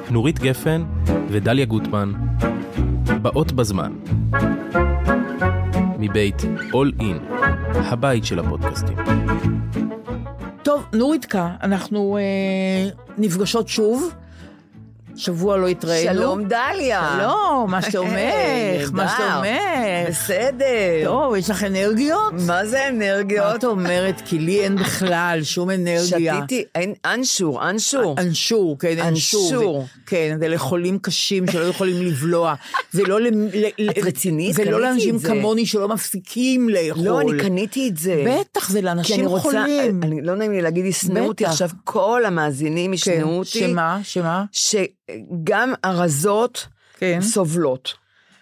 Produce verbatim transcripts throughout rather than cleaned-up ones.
נורית גפן ודליה גוטמן, באות בזמן. מבית All In, הבית של הפודקאסטים. טוב, נוריתקה, אנחנו אה, נפגשות שוב. שבוע לא התראינו. שלום דליה. שלום, מה שלומך? מה שלומך? בסדר. טוב, יש לך אנרגיות? מה זה אנרגיות? מה את אומרת? כי לי אין בכלל שום אנרגיה. שתיתי, אין, אנשור, אנשור. אנשור, כן, אנשור. אנשור. כן, זה לחולים קשים שלא יכולים לבלוע. זה לא... את רצינית? זה לא לאנשים את זה. כמוני שלא מפסיקים לאכול. לא, אני קניתי את זה. בטח, זה לאנשים רוצה, חולים. אני, לא נעים לי להגיד, ישנאו אותי עכשיו, כל המאזינים ישנאו אותי. שמה? שמה? שגם הרזות כן. סובלות.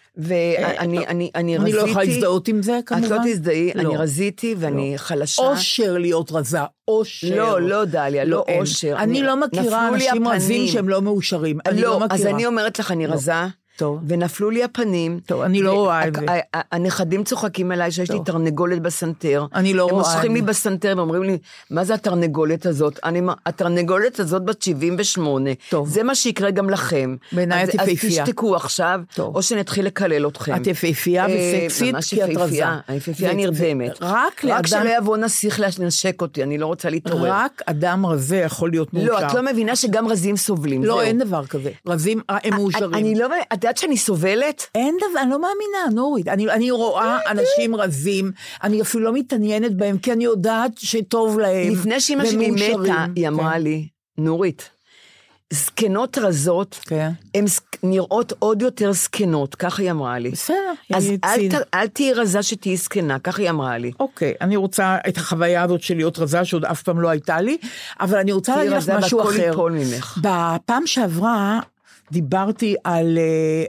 ואני אני, אני אני רזיתי. לא יכולה להזדהות עם זה, כמובן. את לא תזדהי, לא. אני רזיתי ואני לא. חלשה. אושר להיות רזה, אושר. לא, לא דליה, לא, לא אין. אושר. אני לא מכירה אנשים רזים שהם לא מאושרים. אני לא, לא מכירה. אז אני אומרת לך, אני לא. רזה. טוב. ונפלו לי הפנים. טוב, אני לא רואה את זה. הנכדים צוחקים אליי שיש לי תרנגולת בסנטר. אני לא רואה. הם מושכים לי בסנטר ואומרים לי, מה זה התרנגולת הזאת? התרנגולת הזאת בת שבעים ושמונה. זה מה שיקרה גם לכם. בעיניי את יפהפייה. אז תשתקו עכשיו, או שנתחיל לקלל אתכם. את יפהפייה וסקסית, כי את רזה. היפהפייה נרדמת. רק שלא יבוא נסיך לנשק אותי, אני לא רוצה להתעורר. רק אדם רזה יכול להיות מאושר. לא, את לא מבינה שגם רזים סובלים. לא, אין דבר כזה. רזים הם מאושרים. אני לא, את יודעת שאני סובלת? אין דבר, אני לא מאמינה, נורית. אני, אני רואה אנשים רזים, אני אפילו לא מתעניינת בהם, כי אני יודעת שטוב להם. לפני שאמא שלי מתה, היא אמרה לי, נורית, זקנות רזות, הן נראות עוד יותר זקנות, כך היא אמרה לי. בסדר, אז אל תהי רזה שתהי זקנה, כך היא אמרה לי. אוקיי, אני רוצה את החוויה הזאת של להיות רזה, שעוד אף פעם לא הייתה לי, אבל אני רוצה להגיד לך משהו אחר. בפעם שעברה, דיברתי על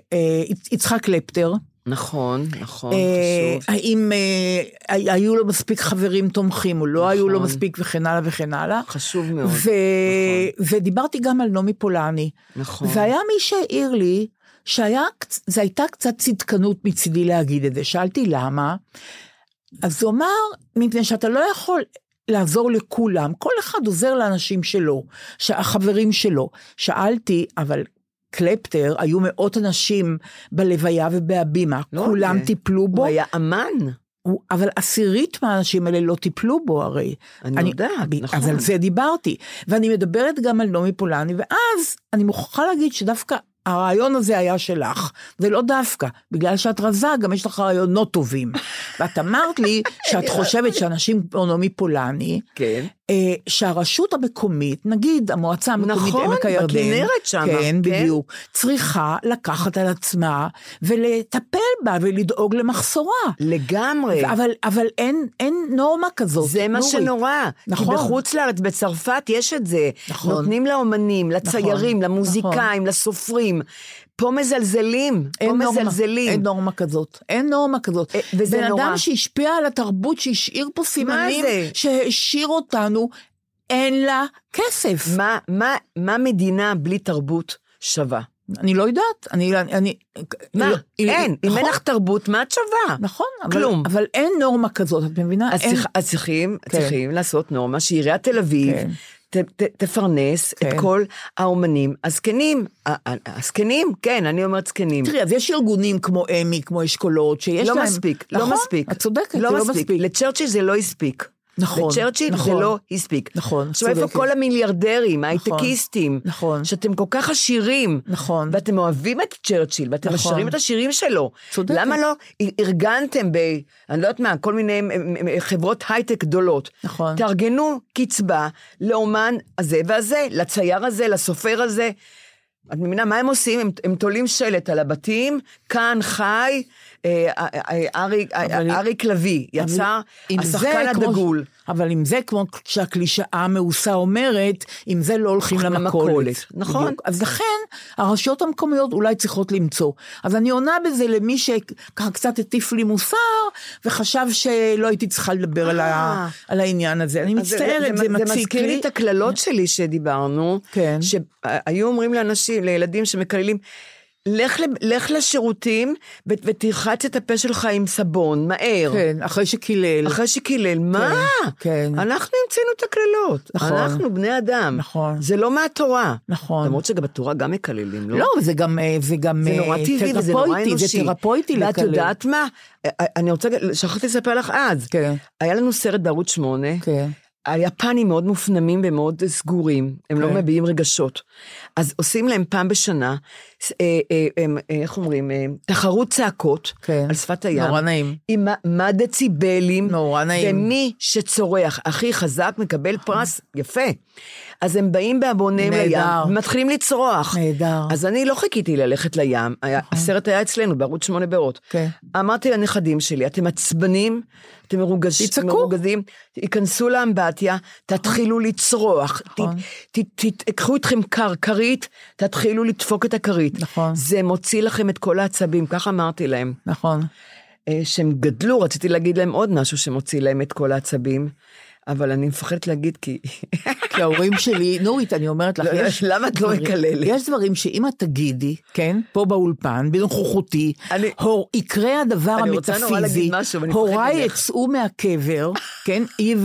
יצחק קלפטר. נכון, נכון, חשוב. האם היו לו מספיק חברים תומכים, או לא היו לו מספיק וכן הלאה וכן הלאה. חשוב מאוד. ודיברתי גם על נעמי פולני. נכון. והיה מי שהעיר לי, שזה הייתה קצת צדקנות מצידי להגיד את זה. שאלתי למה, אז הוא אמר, מפני שאתה לא יכול לעזור לכולם, כל אחד עוזר לאנשים שלו, החברים שלו. שאלתי, אבל קלפטר, היו מאות אנשים בלוויה ובהבימה, לא כולם זה. טיפלו בו. הוא היה אמן. הוא, אבל עשירית מהאנשים האלה לא טיפלו בו הרי. אני, אני יודעת, נכון. אז על זה דיברתי. ואני מדברת גם על נעמי פולני, ואז אני מוכרחה להגיד שדווקא הרעיון הזה היה שלך, ולא דווקא, בגלל שאת רזה, גם יש לך רעיונות טובים. ואת אמרת לי שאת חושבת שאנשים כמו נעמי פולני, כן. אה, שהרשות המקומית, נגיד המועצה המקומית נכון, עמק הירדן, בכנרת שם, כן, כן, בדיוק, צריכה לקחת על עצמה, ולטפל בה, ולדאוג למחסורה. לגמרי. אבל, אבל אין, אין נורמה כזאת. זה מה שנורא. נכון. כי בחוץ לארץ, בצרפת יש את זה. נכון. נותנים לאומנים, לציירים, נכון. למוזיקאים, נכון. לסופרים. פה מזלזלים, פה נורמה, מזלזלים. אין נורמה כזאת, אין נורמה כזאת. וזה בן נורא. אדם שהשפיע על התרבות, שהשאיר פה סימנים, שהשאיר אותנו, אין לה כסף. מה, מה, מה מדינה בלי תרבות שווה? אני לא יודעת, אני, אני, מה? לא, אין, נכון, אם אין לך תרבות, מה את שווה? נכון, כלום. אבל, אבל אין נורמה כזאת, את מבינה? אז, אין... צריך, אז צריכים, כן. צריכים לעשות נורמה, שעיריית תל אביב, כן. ת, ת, תפרנס כן. את כל האומנים, הזקנים, הזקנים, כן, אני אומרת זקנים. תראי, אז יש ארגונים כמו אמי, כמו אשכולות, שיש לא להם... מספיק, נכון? לא מספיק. את צודקת, לא, לא מספיק. מספיק. לצ'רצ'יל זה לא הספיק. נכון, לצ'רצ'יל נכון, זה לא הספיק. נכון, עכשיו איפה כל המיליארדרים, הייטקיסטים, נכון, שאתם כל כך עשירים, נכון, ואתם אוהבים את צ'רצ'יל, ואתם נכון, משרים את השירים שלו. צודקת. למה לא ארגנתם ב, אני לא יודעת מה, כל מיני חברות הייטק גדולות, נכון. תארגנו קצבה לאומן הזה והזה, לצייר הזה, לסופר הזה. את מבינה, מה הם עושים? הם, הם תולים שלט על הבתים, כאן חי, אריק לוי, יצא השחקן הדגול. אבל אם זה כמו שהקלישאה מעושה אומרת, אם זה לא הולכים למכולת. נכון. אז לכן, הרשויות המקומיות אולי צריכות למצוא. אז אני עונה בזה למי שככה קצת הטיף לי מוסר, וחשב שלא הייתי צריכה לדבר על העניין הזה. אני מצטערת, זה מציק לי. זה מזכיר לי את הכללות שלי שדיברנו, שהיו אומרים לאנשים, לילדים שמקללים, לך, לך לשירותים, ותרחץ את הפה שלך עם סבון, מהר. כן, אחרי שקילל. אחרי שקילל, מה? כן. אנחנו המצאנו את הכללות. נכון. אנחנו בני אדם. נכון. זה לא מהתורה. נכון. למרות שגם בתורה גם מקללים, לא? לא, זה גם, זה גם זה נורא טבעי וזה נורא אנושי. זה תרפויטי לקלל. ואת יודעת מה? אני רוצה, שכחתי לספר לך אז. כן. היה לנו סרט בערוץ שמונה. כן. היפנים מאוד מופנמים ומאוד סגורים, הם לא מביעים רגשות. אז עושים להם פעם בשנה, איך אומרים, תחרות צעקות על שפת הים. נורא נעים. עם מה דציבלים. נורא נעים. ומי שצורח הכי חזק מקבל פרס יפה. אז הם באים בהבונים לים, ומתחילים לצרוח. נהדר. אז אני לא חיכיתי ללכת לים, הסרט היה אצלנו בערוץ שמונה בארות. אמרתי לנכדים שלי, אתם עצבנים, אתם מרוגזים, ייכנסו לאמבטיה, תתחילו לצרוח, תקחו אתכם קרקרית, תתחילו לדפוק את הקרית. נכון. זה מוציא לכם את כל העצבים, כך אמרתי להם. נכון. שהם גדלו, רציתי להגיד להם עוד משהו שמוציא להם את כל העצבים, אבל אני מפחדת להגיד כי... כי ההורים שלי, נורית, אני אומרת לך, יש... למה את לא מקללת? יש דברים שאם את תגידי, כן, פה באולפן, בנוכחותי, יקרה הדבר המטאפיזי, הוריי יצאו מהקבר, כן,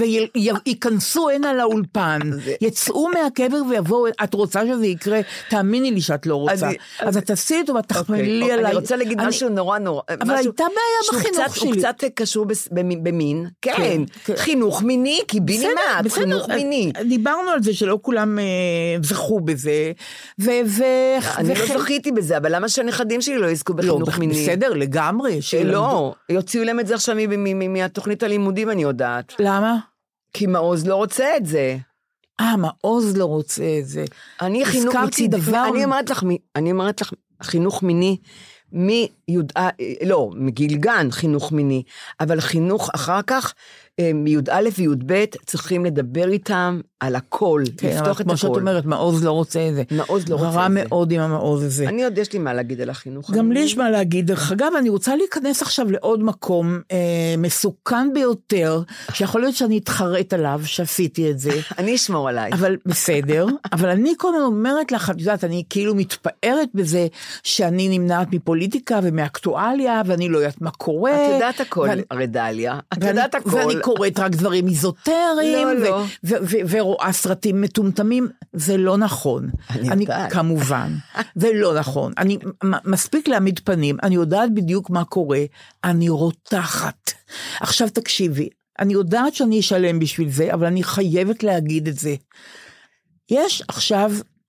וייכנסו הנה לאולפן, יצאו מהקבר ויבואו, את רוצה שזה יקרה, תאמיני לי שאת לא רוצה. אז את תעשי אותו ותחמלי עליי. אני רוצה להגיד משהו נורא נורא. אבל הייתה בעיה בחינוך שלי. הוא קצת קשור במין, כן, חינוך מיני, כי ביני מעט, חינוך מיני. דיברנו על זה שלא כולם זכו בזה, ו... אני לא זכיתי בזה, אבל למה שהנכדים שלי לא יזכו בחינוך מיני? בסדר, לגמרי. לא, יוציאו להם את זה עכשיו מהתוכנית הלימודים, אני יודעת. למה? כי מעוז לא רוצה את זה. אה, מעוז לא רוצה את זה. אני חינוך דבר... אני אומרת לך, אני אומרת לך, חינוך מיני, מי יודעה, לא, מגיל גן חינוך מיני, אבל חינוך אחר כך, מי"א וי"ב צריכים לדבר איתם על הכל, כן, לפתוח את הכל. כמו שאת אומרת, מעוז לא רוצה את זה. מעוז לא רוצה את זה. רע מאוד עם המעוז הזה. אני עוד יש לי מה להגיד על החינוך. גם לי יש מה להגיד. דרך אגב, אני רוצה להיכנס עכשיו לעוד מקום אה, מסוכן ביותר, שיכול להיות שאני אתחרט עליו, שעשיתי את זה. אני אשמור עליי. אבל בסדר. אבל אני כל הזמן אומרת לך, את יודעת, אני כאילו מתפארת בזה, שאני נמנעת מפוליטיקה ומאקטואליה, ואני לא יודעת מה קורה. את יודעת הכל, רדליה. את יודעת הכל. ואני קוראת רק דברים איזוטריים, לא, לא. ורואה סרטים מטומטמים, זה לא נכון. אני כמובן, זה לא נכון. אני מספיק להעמיד פנים, אני יודעת בדיוק מה קורה, אני רותחת. עכשיו תקשיבי, אני יודעת שאני אשלם בשביל זה, אבל אני חייבת להגיד את זה. יש עכשיו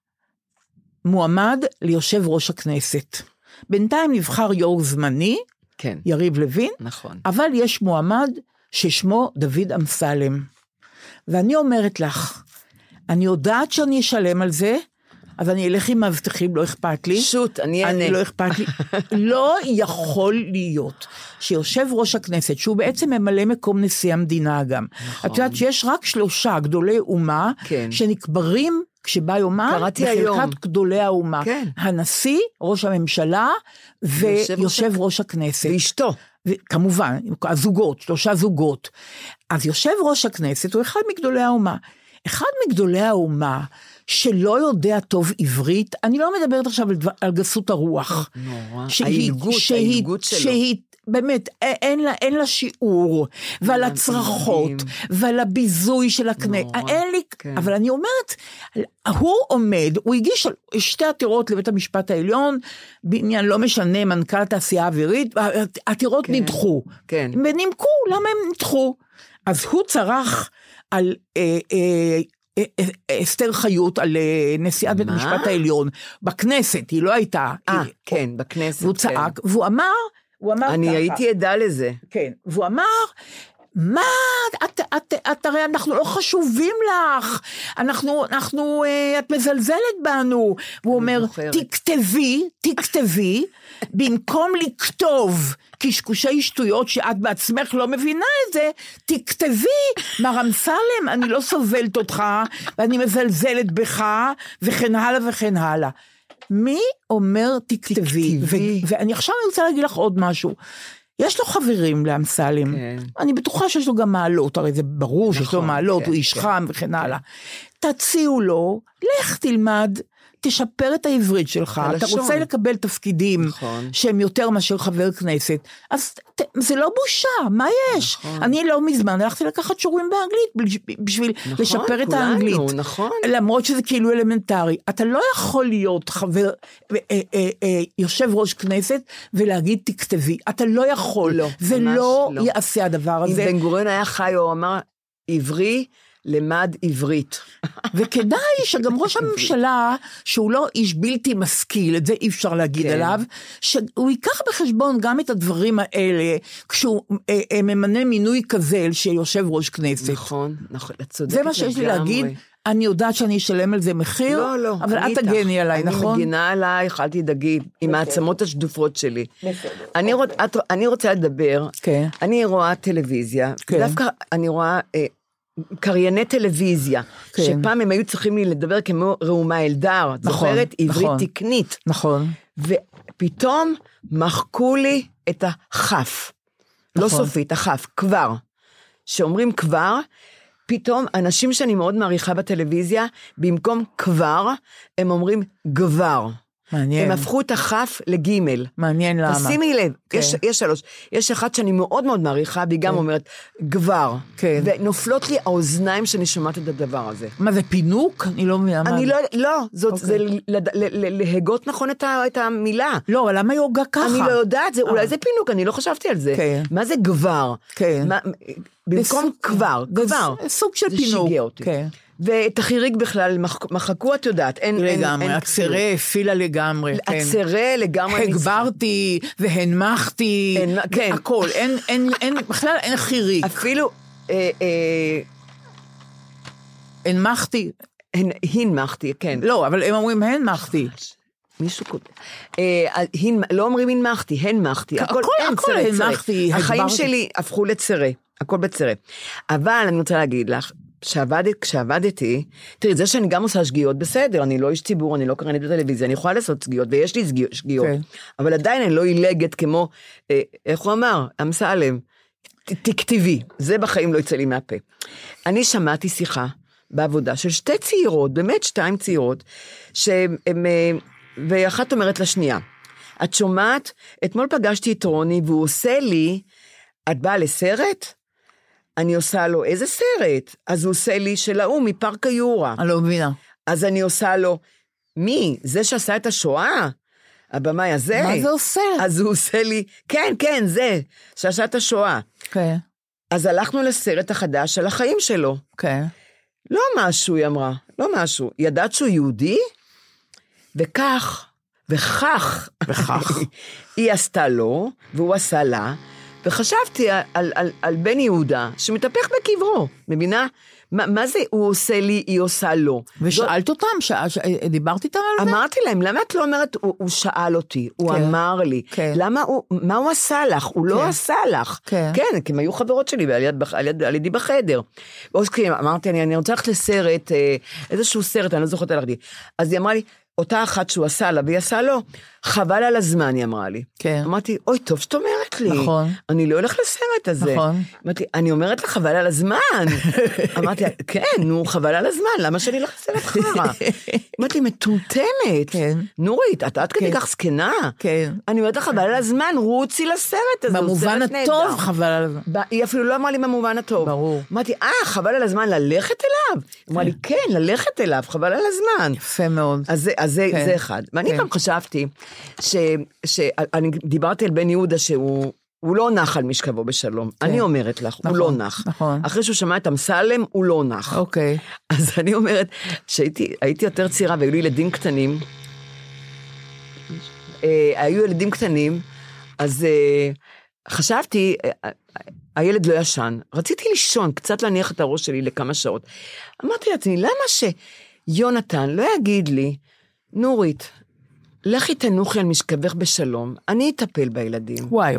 מועמד ליושב ראש הכנסת. בינתיים נבחר יו"ר זמני, כן. יריב לוין, נכון. אבל יש מועמד ששמו דוד אמסלם. ואני אומרת לך, אני יודעת שאני אשלם על זה, אז אני אלך עם מבטחים, לא אכפת לי. שוט, אני אענה. אני לא אכפת לי. לא יכול להיות שיושב ראש הכנסת, שהוא בעצם ממלא מקום נשיא המדינה גם. נכון. את יודעת שיש רק שלושה גדולי אומה, כן. שנקברים כשבא יומם, בחלקת גדולי האומה. כן. הנשיא, ראש הממשלה, ויושב ראש הכנסת. ואשתו. כמובן, הזוגות, שלושה זוגות. אז יושב ראש הכנסת הוא אחד מגדולי האומה. אחד מגדולי האומה שלא יודע טוב עברית, אני לא מדברת עכשיו על, על גסות הרוח. נורא, ההילגות, ההילגות שלו. שהיא, באמת, אין לה, אין לה שיעור, ועל הצרחות, ועל הביזוי של הכנסת. אין לי, כן. אבל אני אומרת, הוא עומד, הוא הגיש שתי עתירות לבית המשפט העליון, בעניין לא משנה, מנכ"ל תעשייה אווירית, העתירות כן. נדחו. כן. ונימקו, למה הם נדחו? אז הוא צרח על... אה, אה, אסתר חיות על נשיאת בית המשפט העליון, בכנסת, היא לא הייתה. אה, כן, בכנסת. והוא צעק, והוא אמר, הוא אמר ככה. אני הייתי עדה לזה. כן, והוא אמר, מה, את, את, את, הרי אנחנו לא חשובים לך, אנחנו, אנחנו, את מזלזלת בנו. והוא אומר, תכתבי, תכתבי, במקום לכתוב קשקושי שטויות שאת בעצמך לא מבינה את זה, תכתבי, מר אמסלם, אני לא סובלת אותך, ואני מזלזלת בך, וכן הלאה וכן הלאה. מי אומר תכתבי? ו- ואני עכשיו אני רוצה להגיד לך עוד משהו. יש לו חברים לאמסלם, כן. אני בטוחה שיש לו גם מעלות, הרי זה ברור נכון, שיש לו מעלות, כן, הוא איש כן, חם וכן כן. הלאה. תציעו לו, לך תלמד, תשפר את העברית שלך, אתה רוצה לקבל תפקידים נכון. שהם יותר מאשר חבר כנסת, אז ת, זה לא בושה, מה יש? נכון. אני לא מזמן הלכתי לקחת שיעורים באנגלית, בשביל נכון, לשפר את כולנו, האנגלית, נכון. למרות שזה כאילו אלמנטרי, אתה לא יכול להיות חבר, אה, אה, אה, יושב ראש כנסת, ולהגיד תכתבי, אתה לא יכול, לא, זה לא, לא יעשה הדבר הזה. אם בן גוריון היה חי, הוא אמר, עברי, למד עברית. וכדאי שגם ראש הממשלה, שהוא לא איש בלתי משכיל, את זה אי אפשר להגיד כן. עליו, שהוא ייקח בחשבון גם את הדברים האלה, כשהוא אה, אה, ממנה מינוי כזה שיושב ראש כנסת. נכון, נכון, את צודקת. זה מה שיש לי להגיד, אני יודעת שאני אשלם על זה מחיר, לא, לא, אבל את תגני עליי, אני נכון? אני מגינה עליי, אכלתי דגים, עם העצמות השדופות שלי. אני, רוצ, את, אני רוצה לדבר, כן. אני רואה טלוויזיה, כן. דווקא אני רואה... אה, קרייני טלוויזיה, כן. שפעם הם היו צריכים לי לדבר כמו ראומה אלדר, נכון, זוכרת? עברית נכון, תקנית. נכון. ופתאום מחקו לי את החף. נכון. לא סופית, החף, כבר. שאומרים כבר, פתאום אנשים שאני מאוד מעריכה בטלוויזיה, במקום כבר, הם אומרים גבר. מעניין. הם הפכו את החף לגימל. מעניין למה. תשימי לב, כן. יש, יש שלוש. יש אחת שאני מאוד מאוד מעריכה, והיא גם כן. אומרת, גבר. כן. ונופלות לי האוזניים שאני שומעת את הדבר הזה. מה זה פינוק? אני לא מבינה. אני לא, לא, זאת, אוקיי. זה להגות נכון את, ה, את המילה. לא, אבל למה היא הוגה ככה? אני לא יודעת, זה, אולי זה פינוק, אני לא חשבתי על זה. כן. מה זה גבר? כן. מה, במקום כבר, גבר. סוג של פינוק. זה שיגע אותי. כן. ואת החיריק בכלל מחקו, את יודעת, אין... לגמרי, הצרה הפילה לגמרי. הצרה לגמרי. הגברתי והנמכתי, הכל, אין, בכלל אין חיריק. אפילו... הנמכתי. הנמכתי, כן. לא, אבל הם אומרים הנמכתי. מישהו כותב. לא אומרים הנמכתי, הנמכתי. הכל הנמכתי. החיים שלי הפכו לצרה, הכל בצרה. אבל אני רוצה להגיד לך, כשעבדת, כשעבדתי, תראי, זה שאני גם עושה שגיאות, בסדר, אני לא איש ציבור, אני לא קרנית בטלוויזיה, אני יכולה לעשות שגיאות, ויש לי שגיאות, okay. אבל עדיין אני לא ילגת כמו, אה, איך הוא אמר, אמסלם, תכתיבי, זה בחיים לא יצא לי מהפה. אני שמעתי שיחה בעבודה של שתי צעירות, באמת שתיים צעירות, שהם, ואחת אומרת לשנייה, את שומעת, אתמול פגשתי את רוני, והוא עושה לי, את באה לסרט? אני עושה לו, איזה סרט? אז הוא עושה לי של האום, מפארק היורה. אני לא מבינה. אז אני עושה לו, מי? זה שעשה את השואה? הבמאי הזה? מה זה עושה? אז הוא עושה לי, כן, כן, זה, שעשה את השואה. כן. אז הלכנו לסרט החדש של החיים שלו. כן. לא משהו, היא אמרה, לא משהו. ידעת שהוא יהודי? וכך, וכך, וכך. היא עשתה לו, והוא עשה לה, וחשבתי על, על, על, על בן יהודה, שמתהפך בקברו, מבינה? מה, מה זה הוא עושה לי, היא עושה לו? ושאלת אותם, ש... ש... דיברתי איתם על זה? אמרתי להם, למה את לא אומרת, הוא, הוא שאל אותי, הוא כן. אמר לי, כן. למה הוא, מה הוא עשה לך? הוא כן. לא עשה לך. כן. כן, כי הם היו חברות שלי, על, יד, על, יד, על ידי בחדר. ואז אמרתי, אני, אני רוצה ללכת לסרט, איזשהו סרט, אני לא זוכרת הלכתי. אז היא אמרה לי, אותה אחת שהוא עשה לה, והיא עשה לו, חבל על הזמן, היא אמרה לי. כן. אמרתי, אוי, טוב שאת אומרת לי. נכון. אני לא הולך לסרט הזה. נכון. אמרתי, אני אומרת לך, חבל על הזמן. אמרתי, כן, נו, חבל על הזמן, למה שאני הולך לסרט חרא? אמרתי, מטומטמת. כן. נורית, את עד כדי כך זקנה. כן. אני אומרת לך, חבל על הזמן, רוצי לסרט הזה. במובן הטוב, חבל על הזמן. היא אפילו לא אמרה לי במובן הטוב. ברור. אמרתי, אה, חבל על הזמן ללכת אליו? אמרה לי, כן, ללכת אליו, חבל על הזמן. יפה מאוד. אז אז זה, כן. זה אחד. ואני כן. גם חשבתי, ש, שאני דיברתי על בן יהודה שהוא הוא לא נח על משכבו בשלום. כן. אני אומרת לך, נכון, הוא לא נח. נכון. אחרי שהוא שמע את אמסלם, הוא לא נח. אוקיי. אז אני אומרת, שהייתי הייתי יותר צעירה, והיו לי ילדים קטנים, אה, היו ילדים קטנים, אז אה, חשבתי, אה, הילד לא ישן, רציתי לישון, קצת להניח את הראש שלי לכמה שעות. אמרתי לעצמי, למה שיונתן לא יגיד לי, נורית, לכי תנוחי על משכבך בשלום, אני אטפל בילדים. וואי וואי.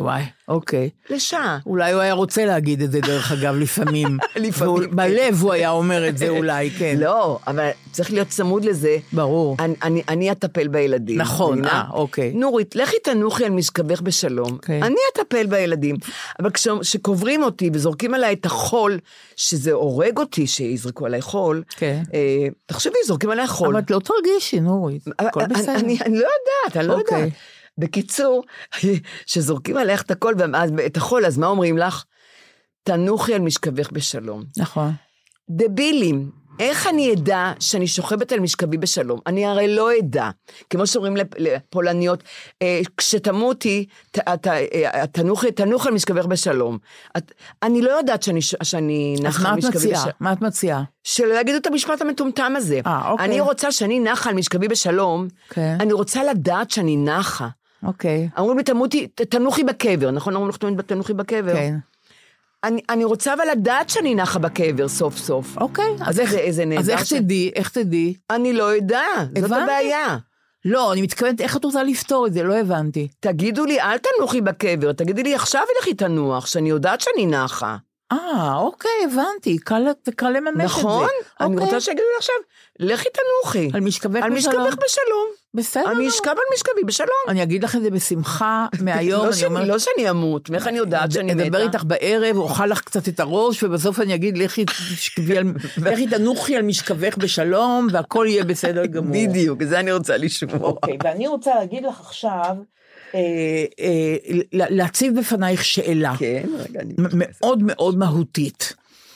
אוקיי. לשעה. אולי הוא היה רוצה להגיד את זה דרך אגב לפעמים. לפעמים. בלב הוא היה אומר את זה אולי, כן. לא, אבל צריך להיות צמוד לזה. ברור. אני, אני, אני אטפל בילדים. נכון, אה, אוקיי. נורית, לכי תנוחי על משכבך בשלום. אני אטפל בילדים. אבל כשקוברים אותי וזורקים עליי את החול, שזה הורג אותי שיזרקו עליי חול, תחשבי, זורקים עליי חול. אבל את לא תרגישי, נורית. הכל בסדר. אני לא יודעת, אני לא יודעת. בקיצור, שזורקים עליך את הכל, את החול, אז מה אומרים לך? תנוחי על משכבך בשלום. נכון. דבילים, איך אני אדע שאני שוכבת על משכבי בשלום? אני הרי לא אדע. כמו שאומרים לפולניות, כשתמותי, תנוחי, תנוח על משכבך בשלום. אני לא יודעת שאני נחה על משכבי בשלום. מה את מציעה? שלא יגידו את המשפט המטומטם הזה. אני רוצה שאני נחה על משכבי בשלום, אני רוצה לדעת שאני נחה. אוקיי. אמרו לי, תמותי, תנוחי בקבר, נכון? אמרו לך תמיד תנוחי בקבר. כן. אני, אני רוצה אבל לדעת שאני נחה בקבר סוף סוף. אוקיי. אז איך, איזה נהדר. אז איך ש... תדעי, איך תדעי? אני לא יודע, זאת הבעיה. לא, אני מתכוונת, איך את רוצה לפתור את זה? לא הבנתי. תגידו לי, אל תנוחי בקבר, תגידי לי, עכשיו לכי תנוח, שאני יודעת שאני נחה. אה, אוקיי, הבנתי, קל, קל לממש את זה. נכון, אני רוצה שיגידו לי עכשיו, לכי תנוחי. על משכבך על בשלום. משכבך בשלום. בסדר. אני אשכב על משכבי בשלום. אני אגיד לך את זה בשמחה מהיום. לא, שאני, אומר... לא שאני אמות, מאיך אני יודעת שאני מתה? אדבר איתך בערב, אוכל לך קצת את הראש, ובסוף אני אגיד, לכי תנוחי על משכבך בשלום, והכל יהיה בסדר גמור. בדיוק, זה אני רוצה לשמוע. אוקיי, ואני רוצה להגיד לך עכשיו, להציב בפנייך שאלה. כן, רגע, אני... מאוד מאוד מהותית.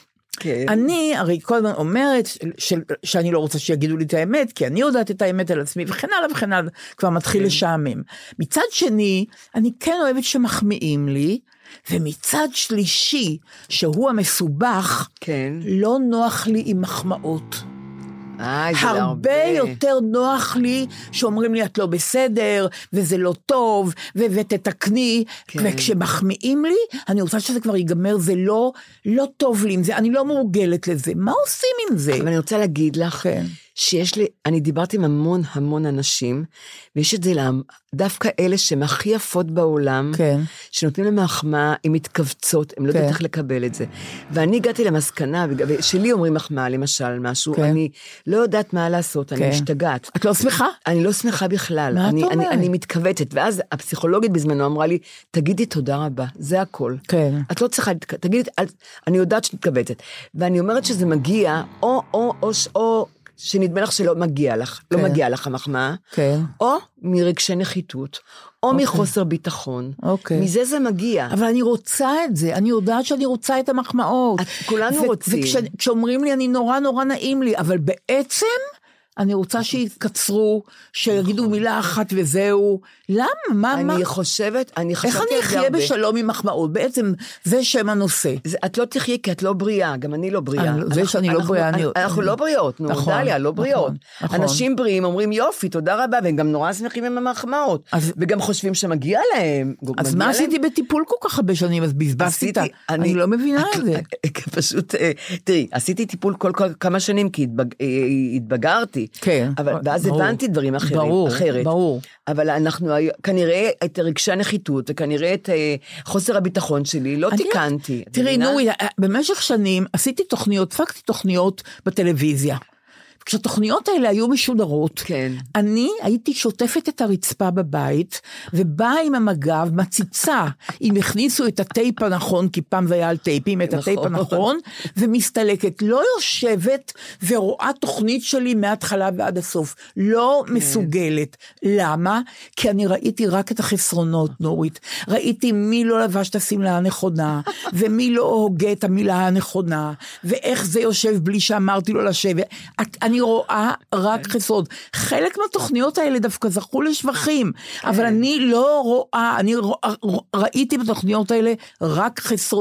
כן. אני הרי כל הזמן אומרת ש, שאני לא רוצה שיגידו לי את האמת, כי אני יודעת את האמת על עצמי, וכן הלאה וכן הלאה, כבר מתחיל כן. לשעמם. מצד שני, אני כן אוהבת שמחמיאים לי, ומצד שלישי, שהוא המסובך, כן. לא נוח לי עם מחמאות. איי, הרבה, הרבה יותר נוח לי שאומרים לי את לא בסדר וזה לא טוב ו- ותתקני כן. וכשמחמיאים לי אני רוצה שזה כבר ייגמר, זה לא לא טוב לי עם זה, אני לא מורגלת לזה, מה עושים עם זה? אבל אני רוצה להגיד לך כן. שיש לי, אני דיברתי עם המון המון אנשים, ויש את זה דווקא אלה שהן הכי יפות בעולם, כן. שנותנים להם מחמאה, הן מתכווצות, הן לא כן. יודעת איך לקבל את זה. ואני הגעתי למסקנה, שלי אומרים מחמאה, למשל, משהו, כן. אני לא יודעת מה לעשות, כן. אני משתגעת. את לא שמחה? אני לא שמחה בכלל. מה אני, את אומרת? אני, אני מתכווצת, ואז הפסיכולוגית בזמנו אמרה לי, תגידי תודה רבה, זה הכל. כן. את לא צריכה, תגידי, אני יודעת שאת מתכווצת. ואני אומרת שזה מגיע, או, או, או, או, שנדמה לך שלא מגיע לך, כן. לא מגיע לך המחמאה, כן. או מרגשי נחיתות, או אוקיי. מחוסר ביטחון, אוקיי. מזה זה מגיע. אבל אני רוצה את זה, אני יודעת שאני רוצה את המחמאות. את, כולנו רוצים. וכשאומרים לי, אני נורא נורא נעים לי, אבל בעצם אני רוצה שיתקצרו, שיגידו מילה אחת וזהו. למה? מה? אני מה? חושבת, אני חשבתי איך אני אחיה בשלום עם מחמאות? בעצם זה שם הנושא. זה, את לא תחיה כי את לא בריאה, גם אני לא בריאה. אני, זה שאני לא בריאה. אנחנו, אני... אנחנו לא בריאות, נו, נכון, דליה, לא בריאות. נכון, אנשים נכון. בריאים אומרים יופי, תודה רבה, והם גם נורא שמחים עם המחמאות. אז, וגם חושבים שמגיע להם. אז מגיע מה להם? עשיתי בטיפול כל כך הרבה שנים, אז בזבזתי איתה. אני, אני לא מבינה את זה. פשוט, תראי, עשיתי טיפול כל, כל כמה שנים, כי התבג... התבגרתי. כן. אבל, ואז ברור, הבנתי דברים אחרים, ברור, אחרת. ברור. אבל אנחנו, כנראה את רגשי הנחיתות, וכנראה את חוסר הביטחון שלי, לא תיקנתי. תראי, נורי, במשך שנים עשיתי תוכניות, פקתי תוכניות בטלוויזיה. כשהתוכניות האלה היו משודרות, כן. אני הייתי שוטפת את הרצפה בבית, ובאה עם המגב, מציצה, אם הכניסו את הטייפ הנכון, כי פעם זה היה על טייפים, את הטייפ הנכון, ומסתלקת, לא יושבת ורואה תוכנית שלי מההתחלה ועד הסוף, לא כן. מסוגלת. למה? כי אני ראיתי רק את החסרונות, נורית. ראיתי מי לא לבש את השמלה הנכונה, ומי לא הוגה את המילה הנכונה, ואיך זה יושב בלי שאמרתי לו לשבת. אני רואה רק חסרות. חלק מהתוכניות האלה דווקא זכו לשבחים, אבל אני לא רואה, אני ראיתי בתוכניות האלה רק חסרונות.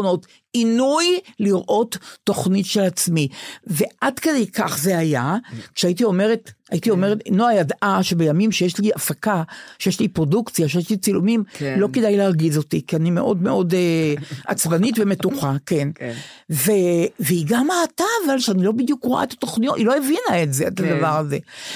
עינוי לראות תוכנית של עצמי, ועד כדי כך זה היה, כשהייתי אומרת, הייתי אומרת, נועה ידעה שבימים שיש לי הפקה, שיש לי פרודוקציה, שיש לי צילומים, לא כדאי להרגיז אותי, כי אני מאוד מאוד עצבנית ומתוחה, כן. והיא גם מעטה, אבל שאני לא בדיוק רואה את התוכניות, היא לא הבינה את זה, את הדבר הזה.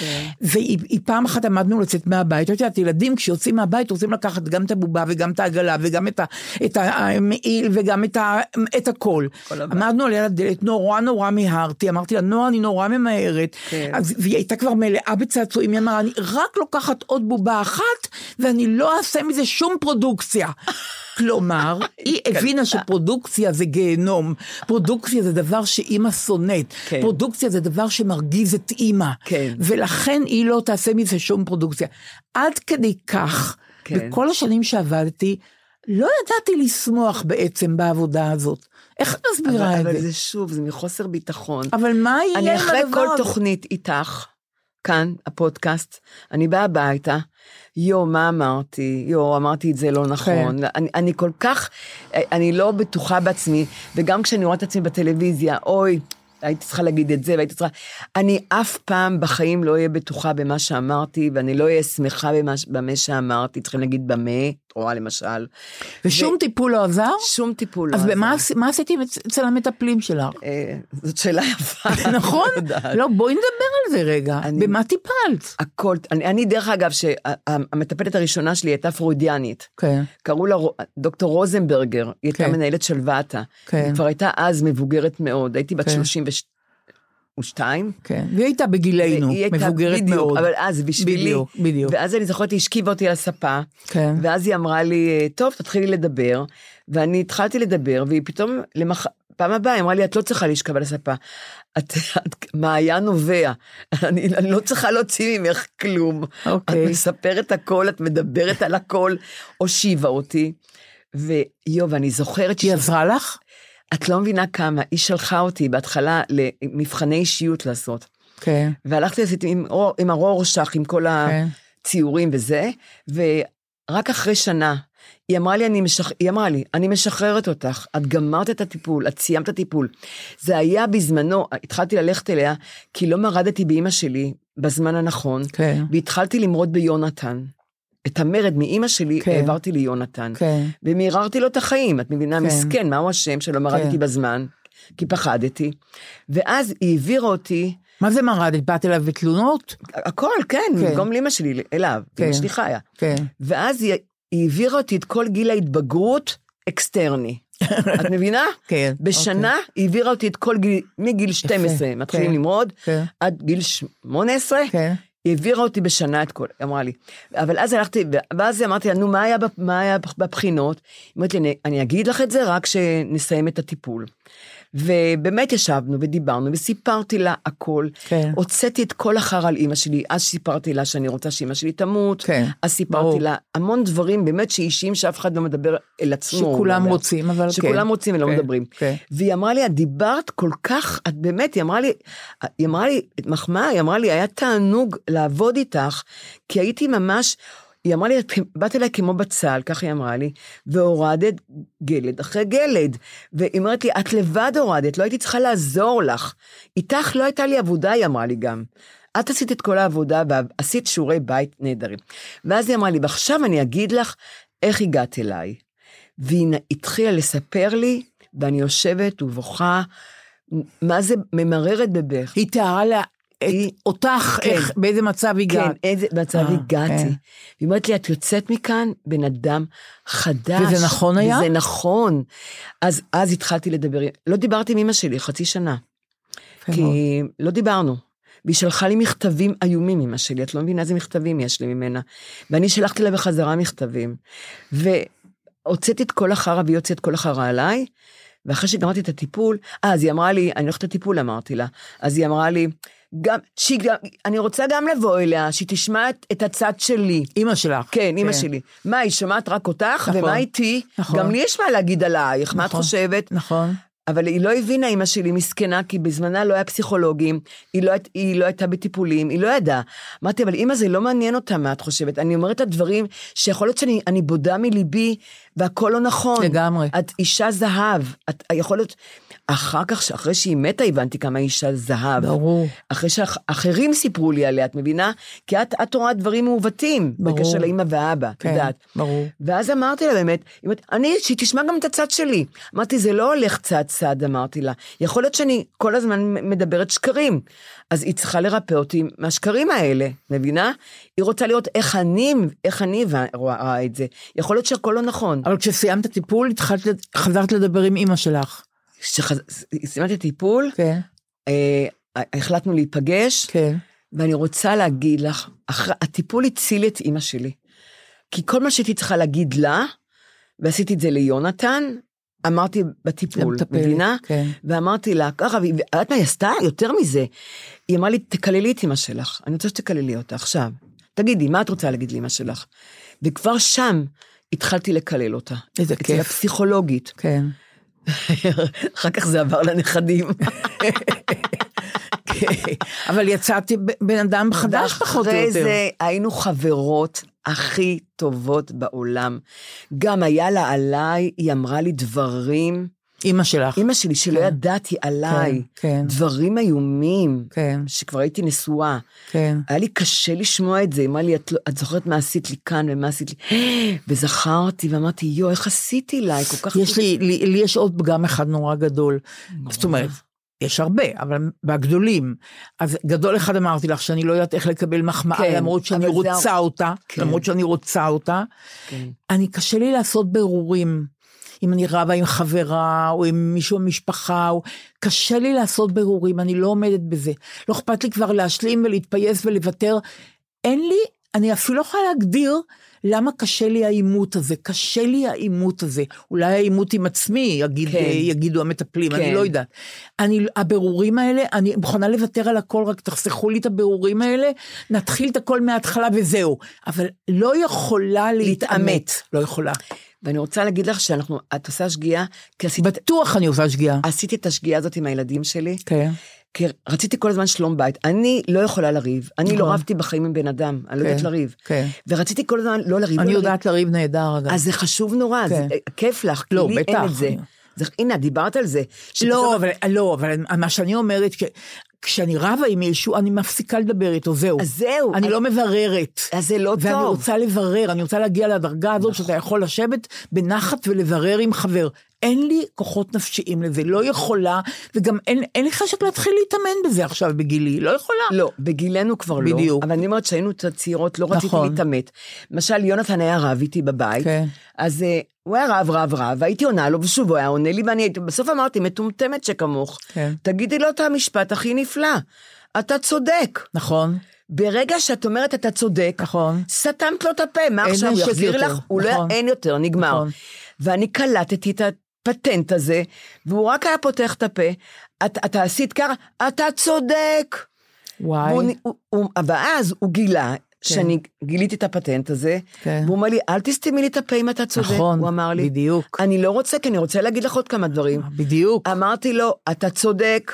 והיא פעם אחת עמדנו לצאת מהבית, את יודעת, ילדים כשיוצאים מהבית, רוצים לקחת גם את הבובה, וגם את העגלה, וגם את המעיל, וגם את הכל. עמדנו עליה לדלת, נורא נורא מהרתי, אמרתי לה, נועה, אני נורא ממהרת, והיא הייתה כבר מלאה בצעצועים, היא אמרה, אני רק לוקחת עוד בובה אחת, ואני לא אעשה מזה שום פרודוקציה. כלומר, היא הבינה שפרודוקציה זה גיהנום, פרודוקציה זה דבר שאימא שונאת, פרודוקציה זה דבר שמרגיז את אימא, ולכן היא לא תעשה מזה שום פרודוקציה. עד כדי כך, בכל השנים שעבדתי, לא ידעתי לשמוח בעצם בעבודה הזאת. איך את מסבירה את זה? אבל זה שוב, זה מחוסר ביטחון. אבל מה יהיה עם הדבר? אני אחרי כל תוכנית איתך, כאן, הפודקאסט, אני באה הביתה, יו, מה אמרתי? יו, אמרתי את זה לא נכון. אני, אני כל כך, אני לא בטוחה בעצמי, וגם כשאני רואה את עצמי בטלוויזיה, אוי, הייתי צריכה להגיד את זה, והייתי צריכה, אני אף פעם בחיים לא אהיה בטוחה במה שאמרתי, ואני לא אהיה שמחה במה, במה שאמרתי, צריכים להגיד במה, רואה למשל. ושום טיפול לא עזר? שום טיפול לא עזר. אז מה עשיתי אצל המטפלים שלך? זאת שאלה יפה. נכון? לא, בואי נדבר על זה רגע. במה טיפלת? הכל, אני דרך אגב, שהמטפלת הראשונה שלי הייתה פרוידיאנית. קראו לה דוקטור רוזנברגר, היא הייתה מנהלת שלוותה. היא כבר הייתה אז מבוגרת מאוד, הייתי בת שלושים ושתיים. כן, והיא הייתה בגילנו, מבוגרת מאוד. אבל אז בשבילי, ואז אני זוכרת, היא השכיבה אותי על הספה, ואז היא אמרה לי, טוב, תתחילי לדבר, ואני התחלתי לדבר, והיא פתאום, פעם הבאה, היא אמרה לי, את לא צריכה להשכב על הספה, מה היה נובע, אני לא צריכה להוציא ממך כלום, את מספרת הכל, את מדברת על הכל, הושיבה אותי, ויו, ואני זוכרת, היא עזרה לך? את לא מבינה כמה, היא שלחה אותי בהתחלה למבחני אישיות לעשות. כן. והלכתי לעשות עם, עם הרורשך, עם כל כן. הציורים וזה, ורק אחרי שנה, היא אמרה לי, אני, משח... היא אמרה לי, אני משחררת אותך, את גמרת את הטיפול, את סיימת את הטיפול. זה היה בזמנו, התחלתי ללכת אליה, כי לא מרדתי באמא שלי בזמן הנכון, כן. והתחלתי למרוד ביונתן. את המרד מאמא שלי כן. העברתי ליונתן, כן. ומיררתי לו את החיים, את מבינה כן. מסכן, מהו השם שלא מרדתי כן. בזמן, כי פחדתי, ואז היא העבירה אותי, מה זה מרדת? באת אליו בתלונות? הכל, כן, כן. במקום לאמא שלי אליו, כן. אמא שלי חיה, כן. ואז היא, היא העבירה אותי את כל גיל ההתבגרות אקסטרני, את מבינה? כן. בשנה אוקיי. היא העבירה אותי את כל גיל, מגיל שתים עשרה, יפה. מתחילים כן. למרוד, כן. עד גיל שמונה עשרה, כן. היא העבירה אותי בשנה את כל, אמרה לי, אבל אז הלכתי, ואז אמרתי לה, נו, מה היה, מה היה בבחינות? היא אמרת לי, אני אגיד לך את זה רק שנסיים את הטיפול. ובאמת ישבנו ודיברנו, וסיפרתי לה הכל, כן. הוצאתי את כל אחר על אמא שלי, אז סיפרתי לה שאני רוצה שאמא שלי תמות, כן. אז סיפרתי ברור. לה המון דברים, באמת שאישים שאף אחד לא מדבר אל עצמו. שכולם רוצים, אבל שכולם כן. שכולם רוצים ולא כן. מדברים. כן. והיא אמרה לי, את דיברת כל כך, את באמת, היא אמרה לי, היא אמרה לי, את מחמאה, היא אמרה לי, היה תענוג לעבוד איתך, כי הייתי ממש, היא אמרה לי, באת אליי כמו בצל, כך היא אמרה לי, והורדת גלד אחרי גלד, והיא אמרת לי, את לבד הורדת, לא הייתי צריכה לעזור לך, איתך לא הייתה לי עבודה, היא אמרה לי גם, את עשית את כל העבודה, ועשית שיעורי בית נהדרים, ואז היא אמרה לי, ועכשיו אני אגיד לך, איך הגעת אליי, והיא התחילה לספר לי, ואני יושבת ובוכה, מה זה ממררת בבך. היא תיארה לה, אותך, איך, באיזה מצב הגעת? כן, איזה מצב הגעתי. היא אומרת לי, את יוצאת מכאן בן אדם חדש. וזה נכון היה? וזה נכון. אז, אז התחלתי לדבר, לא דיברתי עם אמא שלי חצי שנה. כי לא דיברנו. והיא שלחה לי מכתבים איומים, אמא שלי, את לא מבינה איזה מכתבים יש לי ממנה. ואני שלחתי לה בחזרה מכתבים. והוצאתי את כל החרה, והיא הוצאת כל החרה עליי, ואחרי שגמרתי את הטיפול, אז היא אמרה לי, אני הולכת לטיפול, אמרתי לה, אז היא אמרה לי, גם, שהיא, אני רוצה גם לבוא אליה, שהיא תשמע את, את הצד שלי. אמא שלך. כן, אמא כן. שלי. מה, היא שומעת רק אותך, נכון. ומה איתי? נכון. גם לי יש מה להגיד עלייך, נכון. מה את חושבת? נכון. אבל היא לא הבינה, אמא שלי מסכנה, כי בזמנה לא היה פסיכולוגים, היא לא, היא לא הייתה בטיפולים, היא לא ידעה. אמרתי, אבל אמא זה לא מעניין אותה מה את חושבת, אני אומרת את הדברים שיכול להיות שאני אני בודה מליבי, והכל לא נכון. לגמרי. את אישה זהב, את יכול להיות, אחר כך, אחרי שהיא מתה, הבנתי כמה אישה זהב. ברור. אחרי שאחרים סיפרו לי עליה, את מבינה? כי את, את רואה דברים מעוותים, ברור. בקשר לאמא ואבא, כן, יודעת. ברור. ואז אמרתי לה באמת, אני, שהיא תשמע גם את הצד שלי. אמרתי, זה לא הולך צד צד, אמרתי לה. יכול להיות שאני כל הזמן מדברת שקרים, אז היא צריכה לרפא אותי מהשקרים האלה, מבינה? היא רוצה לראות איך אני, איך אני רואה את זה. יכול להיות שהכל לא נכון. אבל כשסיימת הטיפול, חזרת לדבר עם אמא שלך. כשסיימת הטיפול, כן. אה, החלטנו להיפגש, כן. ואני רוצה להגיד לך, אחרי, הטיפול הציל את אמא שלי. כי כל מה שהייתי צריכה להגיד לה, ועשיתי את זה ליונתן, אמרתי בטיפול, מבינה? כן. ואמרתי לה, ככה, ואת מה, היא עשתה יותר מזה. היא אמרה לי, תקללי את אמא שלך, אני רוצה שתקללי אותה עכשיו. תגידי, מה את רוצה להגיד לאמא שלך? וכבר שם התחלתי לקלל אותה. איזה כיף. אצל הפסיכולוגית. כן. אחר כך זה עבר לנכדים. אבל יצאתי בן אדם חדש פחות או יותר. אחרי זה היינו חברות הכי טובות בעולם. גם היה לה עליי, היא אמרה לי דברים. אמא שלך. אמא שלי, שלא כן. ידעתי עליי. כן, כן. דברים איומים. כן. שכבר הייתי נשואה. כן. היה לי קשה לשמוע את זה. היא אמרה לי, את, את זוכרת מה עשית לי כאן ומה עשית לי? וזכרתי ואמרתי, יו, איך עשיתי לה? כל כך... יש לי, לי, לי יש עוד פגם אחד נורא גדול. נורא. זאת אומרת, יש הרבה, אבל בגדולים. אז גדול אחד אמרתי לך, שאני לא יודעת איך לקבל מחמאה, כן, למרות שאני רוצה זה... אותה, כן. למרות שאני רוצה אותה. כן. אני קשה לי לעשות ברורים. אם אני רבה עם חברה, או עם מישהו במשפחה, או... קשה לי לעשות ברורים, אני לא עומדת בזה. לא אכפת לי כבר להשלים ולהתפייס ולוותר. אין לי, אני אפילו לא יכולה להגדיר, למה קשה לי האימות הזה, קשה לי האימות הזה, אולי האימות עם עצמי, יגיד, כן. יגידו המטפלים, כן. אני לא יודעת. אני, הבירורים האלה, אני מוכנה לוותר על הכל, רק תחסכו לי את הבירורים האלה, נתחיל את הכל מההתחלה וזהו, אבל לא יכולה להתאמת, לא יכולה. ואני רוצה להגיד לך שאנחנו, את עושה שגיאה, כי עשית... בטוח אני עושה שגיאה. עשיתי את השגיאה הזאת עם הילדים שלי, כן. כי רציתי כל הזמן שלום בית, אני לא יכולה לריב, אני לא רבתי בחיים עם בן אדם, אני לא יודעת לריב, ורציתי כל הזמן לא לריב. אני יודעת לריב נהדר, אגב. אז זה חשוב נורא, זה כיף לך, כי לי אין את זה. הנה, דיברת על זה. לא, אבל מה שאני אומרת, כשאני רבה עם מישהו, אני מפסיקה לדבר איתו, זהו. אז זהו. אני לא מבררת. אז זה לא טוב. ואני רוצה לברר, אני רוצה להגיע לדרגה הזאת, שאתה יכול לשבת בנחת ולברר עם חבר. אין לי כוחות נפשיים לזה, לא יכולה, וגם אין, אין לי חשק להתחיל להתאמן בזה עכשיו בגילי, לא יכולה. לא, בגילנו כבר לא. בדיוק. אבל אני אומרת שהיינו צעירות, לא רציתי נכון. להתאמת. למשל, יונתן היה רב איתי בבית, כן. אז uh, הוא היה רב, רב, רב, והייתי עונה לו, ושוב הוא היה עונה לי, ואני הייתי, בסוף אמרתי, מטומטמת שכמוך, כן. תגידי לו את המשפט הכי נפלא, אתה צודק. נכון. ברגע שאת אומרת אתה צודק, נכון. סתמת לו את הפה, מה עכשיו הוא יחזיר לך? הוא לא, אין יותר, נגמר. נכון. ואני קלטתי את הפטנט הזה, והוא רק היה פותח את הפה, את, אתה עשית ככה, אתה צודק. וואי. ואז הוא גילה, שאני גיליתי את הפטנט הזה, והוא אומר לי, אל תסתימי לי את הפה אם אתה צודק. נכון, הוא אמר לי, בדיוק. אני לא רוצה, כי אני רוצה להגיד לך עוד כמה דברים. בדיוק. אמרתי לו, אתה צודק.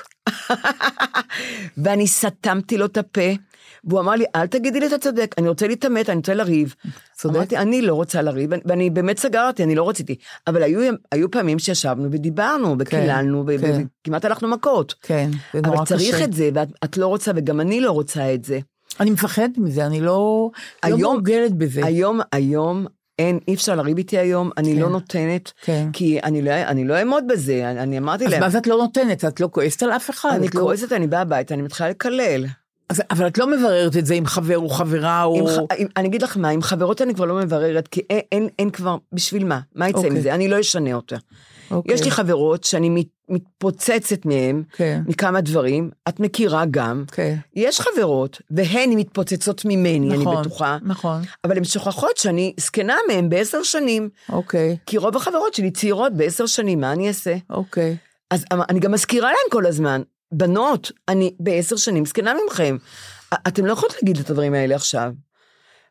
ואני סתמתי לו את הפה, והוא אמר לי, אל תגידי לי אתה צודק, אני רוצה להתאמת, אני רוצה לריב. צודק. אמרתי, אני לא רוצה לריב, ואני באמת סגרתי, אני לא רציתי. אבל היו, היו פעמים שישבנו ודיברנו, וכיללנו, כן, וכמעט הלכנו מכות. כן, זה נורא קשה. אבל צריך את זה, ואת לא רוצה, וגם אני לא רוצה את זה. אני מפחדת מזה, אני לא, היום, לא מורגלת בזה. היום, היום, אין, אי אפשר לריב איתי היום, אני כן. לא נותנת, כן. כי אני לא, אני לא אעמוד בזה, אני, אני אמרתי אז להם. אז מה את לא נותנת? את לא כועסת על אף אחד? אני לא... כועסת, אני באה הביתה, אני מתחילה לקלל. אז, אבל את לא מבררת את זה עם חבר או חברה או... עם, עם, אני אגיד לך מה, עם חברות אני כבר לא מבררת, כי אין, אין, אין כבר, בשביל מה? מה יצא okay. מזה? אני לא אשנה אותה. Okay. יש לי חברות שאני מת, מתפוצצת מהן, okay. מכמה דברים, את מכירה גם, okay. יש חברות, והן מתפוצצות ממני, נכון, אני בטוחה, נכון. אבל הן שוכחות שאני סקנה מהן בעשר שנים, okay. כי רוב החברות שלי צעירות בעשר שנים, מה אני אעשה? אוקיי. Okay. אז אני גם מזכירה להן כל הזמן, בנות, אני בעשר שנים סקנה ממכם. אתם לא יכולות להגיד את הדברים האלה עכשיו.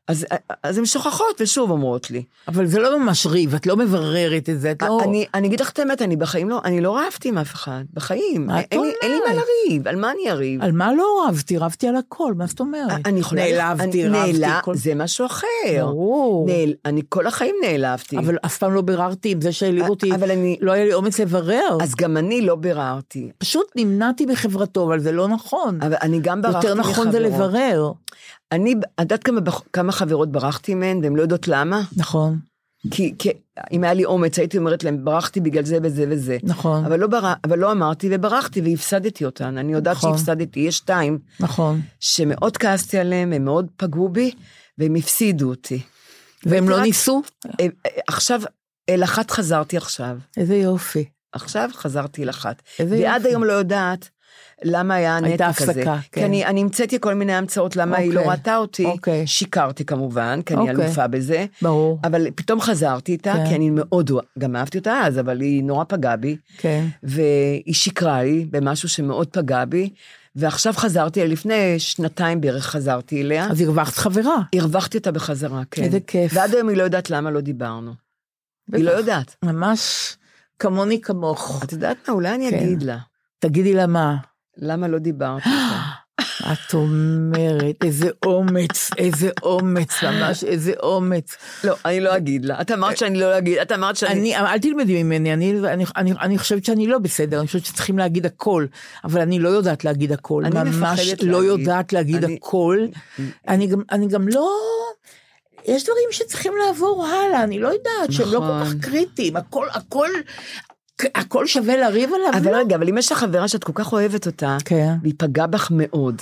אז, אז הן שוכחות ושוב אומרות לי. אבל זה לא ממש ריב, את לא מבררת את זה, את לא... אני, אני אגיד לך את האמת, אני בחיים לא, אני לא רבתי עם אף אחד, בחיים. אין לי, אין לי מה לריב, על מה אני אריב? על מה לא רבתי? רבתי על הכל, מה זאת אומרת? אני יכולה... נעלבתי, רבתי. נעלה, כל... זה משהו אחר. ברור. נעל, אני כל החיים נעלבתי. אבל אף פעם לא ביררתי עם זה שהעליב אותי, אבל אני... לא היה לי אומץ לברר. אז גם אני לא ביררתי. פשוט נמנעתי בחברתו, אבל זה לא נכון. אבל אני גם ברחתי יותר נכון מחברות. זה לברר. אני, יודעת כמה, כמה חברות ברחתי מהן, והן לא יודעות למה? נכון. כי, כי אם היה לי אומץ, הייתי אומרת להם, ברחתי בגלל זה וזה וזה. נכון. אבל לא, בר, אבל לא אמרתי וברחתי והפסדתי אותן. אני יודעת נכון. שהפסדתי, יש שתיים. נכון. שמאוד כעסתי עליהם, הם מאוד פגעו בי, והם הפסידו אותי. והם לא ניסו? עכשיו, אל אחת חזרתי עכשיו. איזה יופי. עכשיו חזרתי אל אחת. ועד היום לא יודעת, למה היה הנתק הזה? הייתה הפסקה, כן. כי אני, אני המצאתי כל מיני המצאות, למה okay. היא לא ראתה אותי, okay. שיקרתי כמובן, כי אני okay. אלופה בזה, ברור. אבל פתאום חזרתי איתה, כן. כי אני מאוד, גם אהבתי אותה אז, אבל היא נורא פגעה בי, כן. והיא שיקרה לי במשהו שמאוד פגע בי, ועכשיו חזרתי, לפני שנתיים בערך חזרתי אליה. אז הרווחת חברה. הרווחתי אותה בחזרה, כן. איזה כיף. ועד היום היא לא יודעת למה לא דיברנו. בטח. היא לא יודעת. ממש כמוני כמוך. את יודעת מה, אולי אני כן. אגיד לה. תגידי לה מה. למה לא דיברת איתה? את אומרת, איזה אומץ, איזה אומץ, ממש איזה אומץ. לא, אני לא אגיד לה. את אמרת שאני לא אגיד, את אמרת שאני... אל תלמדי ממני, אני חושבת שאני לא בסדר, אני חושבת שצריכים להגיד הכל, אבל אני לא יודעת להגיד הכל. אני מפחדת להגיד. ממש לא יודעת להגיד הכל. אני גם לא... יש דברים שצריכים לעבור הלאה, אני לא יודעת, שהם לא כל כך קריטיים, הכל, הכל... הכל שווה לריב עליו, אבל רגע, אבל אם יש לך חברה שאת כל כך אוהבת אותה, והיא פגעה בך מאוד,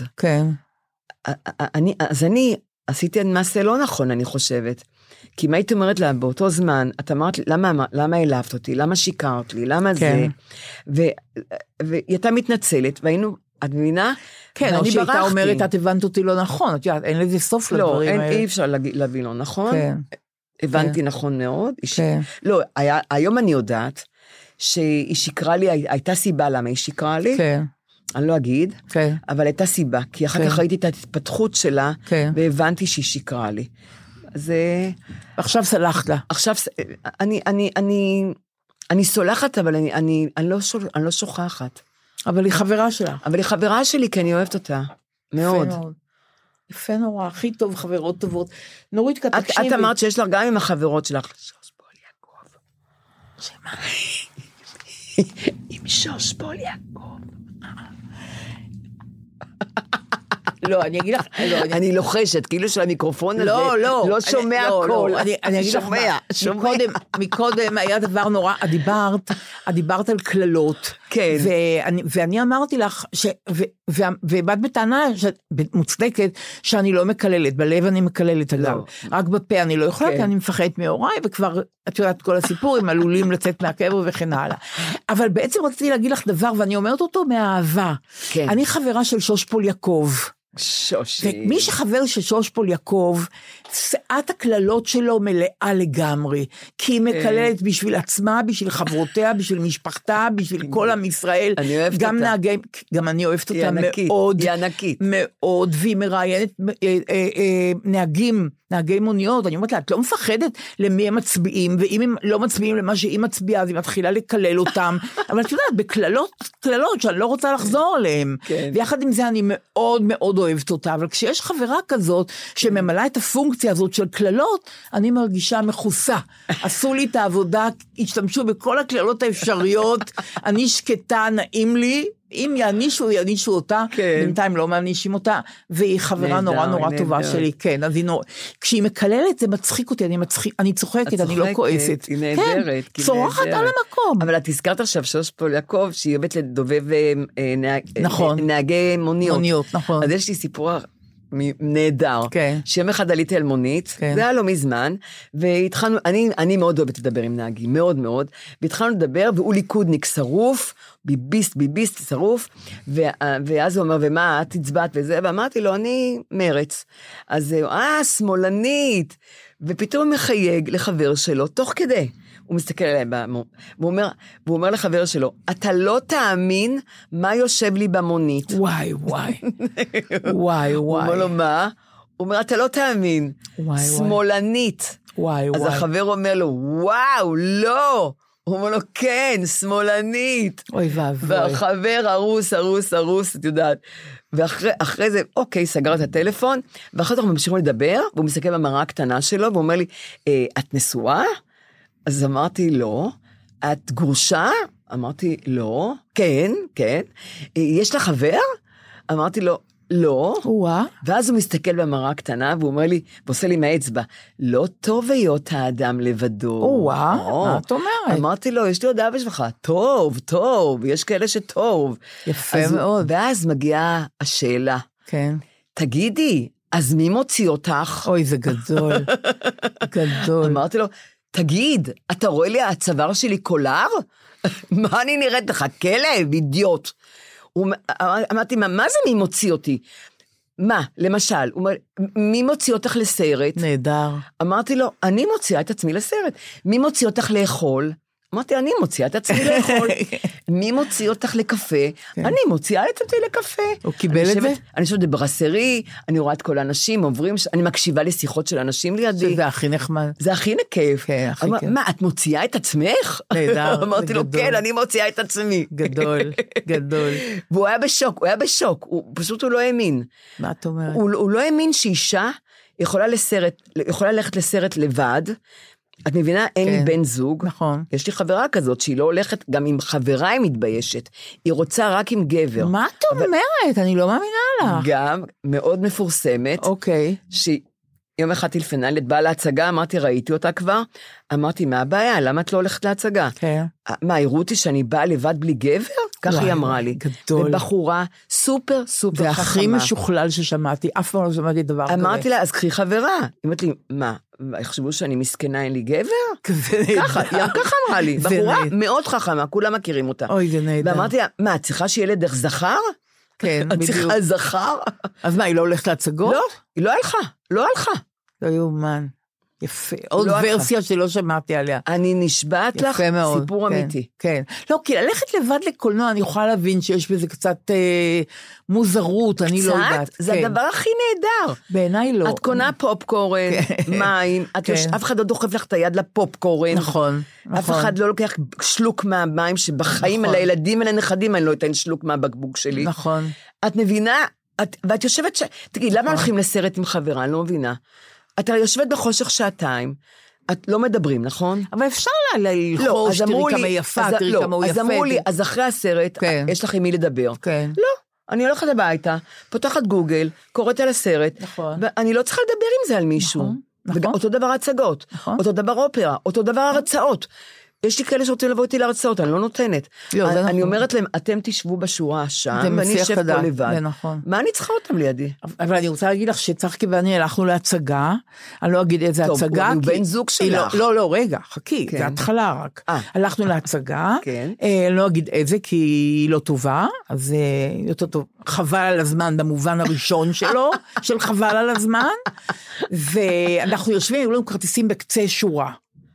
אז אני עשיתי מעשה לא נכון, אני חושבת, כי מה היית אומרת לה, באותו זמן, את אמרת, למה העלבת אותי, למה שיקרת לי, למה זה, והיא הייתה מתנצלת, והיינו, את מבינה? כן, או שהייתה אומרת, את הבנת אותי לא נכון, את יודעת, אין לזה סוף לדברים האלה. לא, אי אפשר להבין לא נכון, הבנתי נכון מאוד, לא, היום אני יודעת, שהיא שקרה לי, הייתה סיבה למה היא שקרה לי, כן. אני לא אגיד, כן. אבל הייתה סיבה, כי אחר כן. כך ראיתי את ההתפתחות שלה, כן. והבנתי שהיא שקרה לי. אז... עכשיו סלחת לה. עכשיו, אני, אני, אני, אני סולחת, אבל אני, אני, אני, לא, שול, אני לא שוכחת. אבל היא חברה שלה. אבל היא חברה שלי, כי אני אוהבת אותה. מאוד. יפה מאוד. יפה נורא, הכי טוב, חברות טובות. נורית, תקשיבי. את אמרת שיש לך גם עם החברות שלך. שוש פול יעקב. שמה? עם שוש פול יעקב. לא, אני אגיד לך, אני לוחשת, כאילו של המיקרופון הזה, לא שומע הכל. אני אגיד לך, מקודם היה דבר נורא, את דיברת על כללות, ואני אמרתי לך, ובאת בטענה מוצדקת, שאני לא מקללת, בלב אני מקללת אגב, רק בפה אני לא יכולה, כי אני מפחדת מהוריי, וכבר, את יודעת כל הסיפור, הם עלולים לצאת מהקבר וכן הלאה. אבל בעצם רציתי להגיד לך דבר, ואני אומרת אותו מהאהבה. אני חברה של שוש פול יעקב, שושי. ומי שחבר של שוש פול יעקב, שאת הכללות שלו מלאה לגמרי, כי היא מקללת בשביל עצמה, בשביל חברותיה, בשביל משפחתה, בשביל כל עם ישראל. אני אוהבת גם אותה. נהגי, גם אני אוהבת אותה מאוד. היא ענקית. מאוד, והיא מראיינת אה, אה, אה, נהגים, נהגי מוניות, אני אומרת לה, את לא מפחדת למי הם מצביעים, ואם הם לא מצביעים למה שהיא מצביעה, אז היא מתחילה לקלל אותם, אבל את יודעת, בכללות, כללות שאני לא רוצה לחזור עליהם, כן. ויחד עם זה אני מאוד מאוד אוהבת אותה, אבל כשיש חברה כזאת, שממלאה את הפונקציה הזאת של כללות, אני מרגישה מחוסה, עשו לי את העבודה, השתמשו בכל הכללות האפשריות, אני שקטה, נעים לי, אם יענישו, יענישו אותה, כן. בינתיים לא מענישים אותה, והיא חברה נדע, נורא נורא נדע. טובה שלי, כן, אז היא נורא, כשהיא מקללת זה מצחיק אותי, אני, מצחיק, אני צוחקת, אני לא כועסת. היא נהדרת. כן, צורחת על המקום. אבל את הזכרת עכשיו שוש פול יעקב, שהיא אוהבת לדובב נהג, נכון. נהגי מוניות. מוניות, נכון. אז יש לי סיפור נהדר, כן. שיום אחד עליתי על מונית, כן. זה היה לא מזמן, והתחלנו, אני, אני מאוד אוהבת לדבר עם נהגים, מאוד מאוד, והתחלנו לדבר, והוא ליכודניק שרוף, ביביסט, ביביסט שרוף, ואז הוא אומר, ומה, את תצבעת וזה, ואמרתי לו, אני מרץ, אז הוא, אה, שמאלנית, ופתאום הוא מחייג לחבר שלו, תוך כדי, הוא מסתכל עליהם, והוא אומר, והוא אומר לחבר שלו, אתה לא תאמין מה יושב לי במונית. וואי, וואי. וואי, וואי. הוא אומר לו, מה? הוא אומר, אתה לא תאמין, וואי, שמאלנית. וואי, אז וואי. החבר אומר לו, וואו, לא. הוא אומר לו, כן, שמאלנית. אוי ואבוי. והחבר ארוס, ארוס, ארוס, את יודעת. ואחרי זה, אוקיי, סגר את הטלפון, ואחרי זה אנחנו ממשיכים לדבר, והוא מסתכל במראה הקטנה שלו, והוא אומר לי, אה, את נשואה? אז אמרתי, לא. את גרושה? אמרתי, לא. כן, כן. אה, יש לך חבר? אמרתי לו, לא. וואה. ואז הוא מסתכל במראה הקטנה, והוא אומר לי, ועושה לי מהאצבע, לא טוב היות האדם לבדו. וואה, מה את אומרת? אמרתי לו, יש לי עוד אבא שלך, טוב, טוב, יש כאלה שטוב. יפה אז מאוד. הוא, ואז מגיעה השאלה, כן. תגידי, אז מי מוציא אותך? אוי, זה גדול. גדול. אמרתי לו, תגיד, אתה רואה לי הצוואר שלי קולר? מה אני נראית לך? כלב, אידיוט. הוא, אמרתי, מה, מה זה מי מוציא אותי? מה, למשל, הוא אומר, מי מוציא אותך לסרט? נהדר. אמרתי לו, אני מוציאה את עצמי לסרט. מי מוציא אותך לאכול? אמרתי, אני מוציאה את עצמי לאכול. מי מוציא אותך לקפה? אני מוציאה את עצמי לקפה. הוא קיבל את זה? אני חושבת בברסרי, אני רואה את כל האנשים, עוברים, אני מקשיבה לשיחות של אנשים לידי. שזה הכי נחמד. זה הכי כיף. כן, הכי כיף. מה, את מוציאה את עצמך? נהדר, אמרתי לו, כן, אני מוציאה את עצמי. גדול, גדול. והוא היה בשוק, הוא היה בשוק, פשוט הוא לא האמין. מה את אומרת? הוא לא האמין שאישה יכולה לסרט, יכולה ללכת לסרט לבד, את מבינה, אין לי בן זוג. נכון. יש לי חברה כזאת, שהיא לא הולכת, גם עם חברה היא מתביישת. היא רוצה רק עם גבר. מה את אומרת? אני לא מאמינה לך. גם מאוד מפורסמת. אוקיי. שהיא יום אחד טלפנה לי את בעל ההצגה, אמרתי, ראיתי אותה כבר. אמרתי, מה הבעיה? למה את לא הולכת להצגה? כן. מה, הראו אותי שאני באה לבד בלי גבר? כך היא אמרה לי. גדול. ובחורה סופר סופר חכמה. זה הכי משוכלל ששמעתי, אף פעם לא שמעתי דבר כזה. אמרתי לה, אז קחי חברה. היא אומרת לי, מה? יחשבו שאני מסכנה, אין לי גבר? ככה, היא ככה אמרה לי. בחורה מאוד חכמה, כולם מכירים אותה. אוי, זה נהדר. ואמרתי לה, מה, את צריכה שיהיה לדרך זכר? כן, בדיוק. את צריכה זכר? אז מה, היא לא הולכת להצגות? לא, היא לא הלכה, לא הלכה. לא יאומן. יפה. עוד ורסיה שלא שמעתי עליה. אני נשבעת לך, סיפור אמיתי. כן. לא, כי ללכת לבד לקולנוע, אני יכולה להבין שיש בזה קצת מוזרות, אני לא יודעת. זה הדבר הכי נהדר. בעיניי לא. את קונה פופקורן, מים, אף אחד לא דוחף לך את היד לפופקורן. נכון. אף אחד לא לוקח שלוק מהמים, שבחיים על הילדים על הנכדים, אני לא אתן שלוק מהבקבוק שלי. נכון. את מבינה, ואת יושבת ש... תגיד, למה הולכים לסרט עם חברה? אני לא מבינה. אתה יושבת בחושך שעתיים, את לא מדברים, נכון? אבל אפשר ללחוש, תראי כמה יפה, תראי כמה הוא יפה. אז אמרו לי, אז אחרי הסרט, יש לך עם מי לדבר. כן. לא, אני הולכת הביתה, פותחת גוגל, קוראת על הסרט, ואני לא צריכה לדבר עם זה על מישהו. אותו דבר הצגות, אותו דבר אופרה, אותו דבר הרצאות. יש לי כאלה שרוצים לבוא איתי להרצאות, אני לא נותנת. אני אומרת להם, אתם תשבו בשורה שם, ואני אשב פה לבד. מה אני צריכה אותם לידי? אבל אני רוצה להגיד לך שצחקי ואני הלכנו להצגה, אני לא אגיד איזה הצגה. טוב, הוא בן זוג שלך. לא, לא, רגע, חכי, זה התחלה רק. הלכנו להצגה, אני לא אגיד איזה, כי היא לא טובה, אז יותר טוב, חבל על הזמן במובן הראשון שלו, של חבל על הזמן, ואנחנו יושבים, היו לנו כרטיסים בקצה שורה.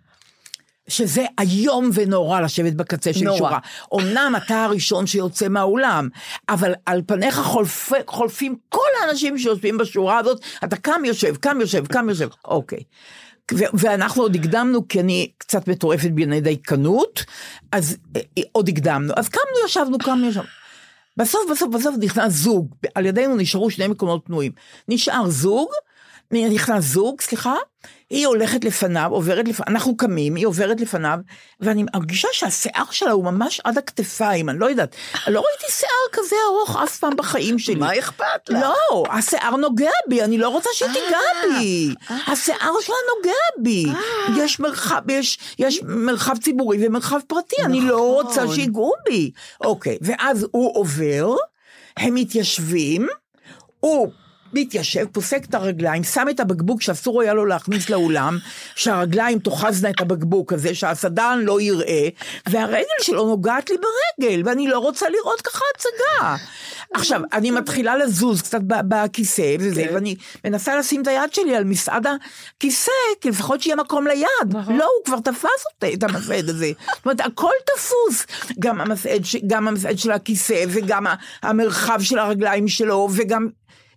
שזה היום ונורא לשבת בקצה של שורה. אמנם אתה הראשון שיוצא מהאולם, אבל על פניך חולפ, חולפים כל האנשים שיושבים בשורה הזאת, אתה קם יושב, קם יושב, קם יושב, אוקיי. ו- ואנחנו עוד הקדמנו, כי אני קצת מטורפת בענייני דייקנות, אז עוד הקדמנו, אז קמנו, ישבנו, קמנו, ישבנו. בסוף, בסוף, בסוף נכנס זוג, על ידינו נשארו שני מקומות פנויים, נשאר זוג, נכנס זוג, סליחה, היא הולכת לפניו, עוברת לפניו, אנחנו קמים, היא עוברת לפניו, ואני מרגישה שהשיער שלה הוא ממש עד הכתפיים, אני לא יודעת, לא ראיתי שיער כזה ארוך אף פעם בחיים שלי. מה אכפת לך? לא, השיער נוגע בי, אני לא רוצה שתיגע בי, השיער שלה נוגע בי, יש מרחב, יש, יש מרחב ציבורי ומרחב פרטי, אני לא רוצה שיגעו בי. אוקיי, ואז הוא עובר, הם מתיישבים, הוא מתיישב, פוסק את הרגליים, שם את הבקבוק שאסור היה לו להכניס לאולם, שהרגליים תוחזנה את הבקבוק הזה, שהסדן לא יראה, והרגל שלו נוגעת לי ברגל, ואני לא רוצה לראות ככה הצגה. עכשיו, אני מתחילה לזוז קצת בכיסא, וזה, ואני מנסה לשים את היד שלי על מסעד הכיסא, כי לפחות שיהיה מקום ליד. לא, הוא כבר תפס אותי, את המסעד הזה. זאת אומרת, הכל תפוס. גם המסעד, גם המסעד של הכיסא, וגם המרחב של הרגליים שלו, וגם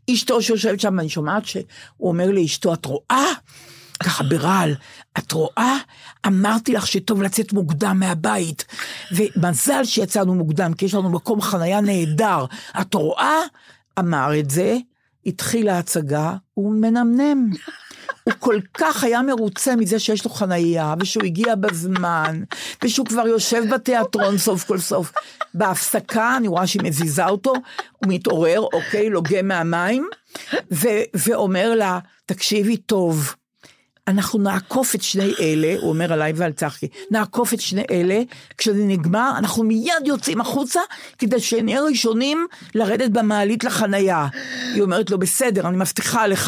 אשתו שיושבת שם, אני שומעת שהוא אומר לאשתו, את רואה? ככה ברעל, את רואה? אמרתי לך שטוב לצאת מוקדם מהבית, ומזל שיצאנו מוקדם, כי יש לנו מקום חנייה נהדר. את רואה? אמר את זה, התחילה ההצגה, הוא מנמנם. הוא כל כך היה מרוצה מזה שיש לו חנייה, ושהוא הגיע בזמן, ושהוא כבר יושב בתיאטרון סוף כל סוף. בהפסקה, אני רואה שהיא מזיזה אותו, הוא מתעורר, אוקיי, לוגם מהמים, ו- ואומר לה, תקשיבי טוב, אנחנו נעקוף את שני אלה, הוא אומר עליי ועל צחי, נעקוף את שני אלה, כשזה נגמר, אנחנו מיד יוצאים החוצה, כדי שנהיה ראשונים לרדת במעלית לחנייה. היא אומרת לו, בסדר, אני מבטיחה לך.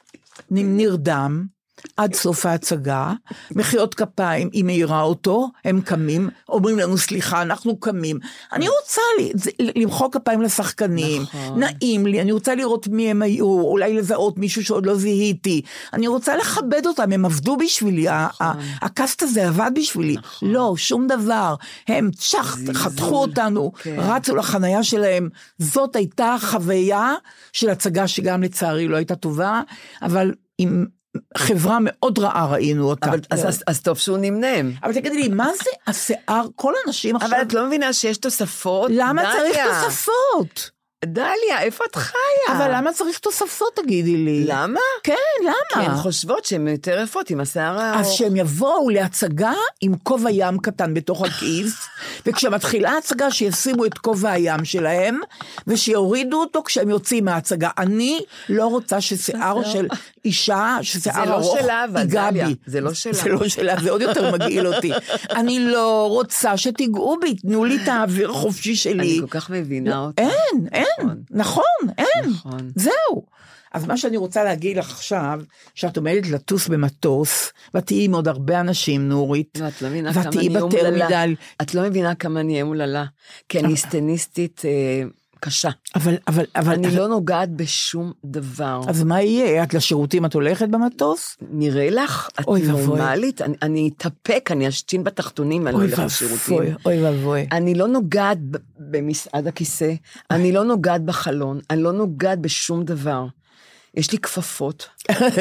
נרדם, עד סוף ההצגה, מחיאות כפיים, היא מאירה אותו, הם קמים, אומרים לנו סליחה, אנחנו קמים. אני רוצה לי, למחוא כפיים לשחקנים, נכון. נעים לי, אני רוצה לראות מי הם היו, אולי לזהות מישהו שעוד לא זיהיתי, אני רוצה לכבד אותם, הם עבדו בשבילי, נכון. הקאסט הזה עבד בשבילי, נכון. לא, שום דבר, הם צ'ח, חתכו אותנו, כן. רצו לחנייה שלהם, זאת הייתה חוויה של הצגה שגם לצערי לא הייתה טובה, אבל עם חברה מאוד רעה ראינו אותה. אבל, אז, אז, אז טוב שהוא נמנם. אבל תגידי לי, מה זה השיער? כל האנשים עכשיו... אבל את לא מבינה שיש תוספות? למה דליה. צריך תוספות? דליה, איפה את חיה? אבל למה צריך תוספות, תגידי לי? למה? כן, למה? כי הן חושבות שהן יותר יפות עם השיער הארוך. אז שהם יבואו להצגה עם כובע ים קטן בתוך הכיס, וכשמתחילה ההצגה שישימו את כובע הים שלהם, ושיורידו אותו כשהם יוצאים מההצגה. אני לא רוצה ששיער של אישה, ששיער ארוך ייגע בי. זה לא שלה. זה לא שלה, זה עוד יותר מגעיל אותי. אני לא רוצה שתיגעו בי, תנו לי את האוויר החופשי שלי. אני כל כך מבינה אותה. אין, אין. נכון, נכון, אין, נכון. זהו. אז מה שאני רוצה להגיד לך עכשיו, שאת עומדת לטוס במטוס, ותהיי עם עוד הרבה אנשים, נורית, לא, את לא מבינה כמה אני אומללה. את לא מבינה כמה אני אומללה, כי אני סטניסטית אה, קשה. אבל, אבל, אבל... אני לא נוגעת בשום דבר. אז מה יהיה? את לשירותים את הולכת במטוס? נראה לך? את נורמלית? אני, אני אתאפק, אני אשתין בתחתונים, אני לא הולך לשירותים. אוי ואבוי. אני לא נוגעת במסעד הכיסא, אני לא נוגעת בחלון, אני לא נוגעת בשום דבר. יש לי כפפות,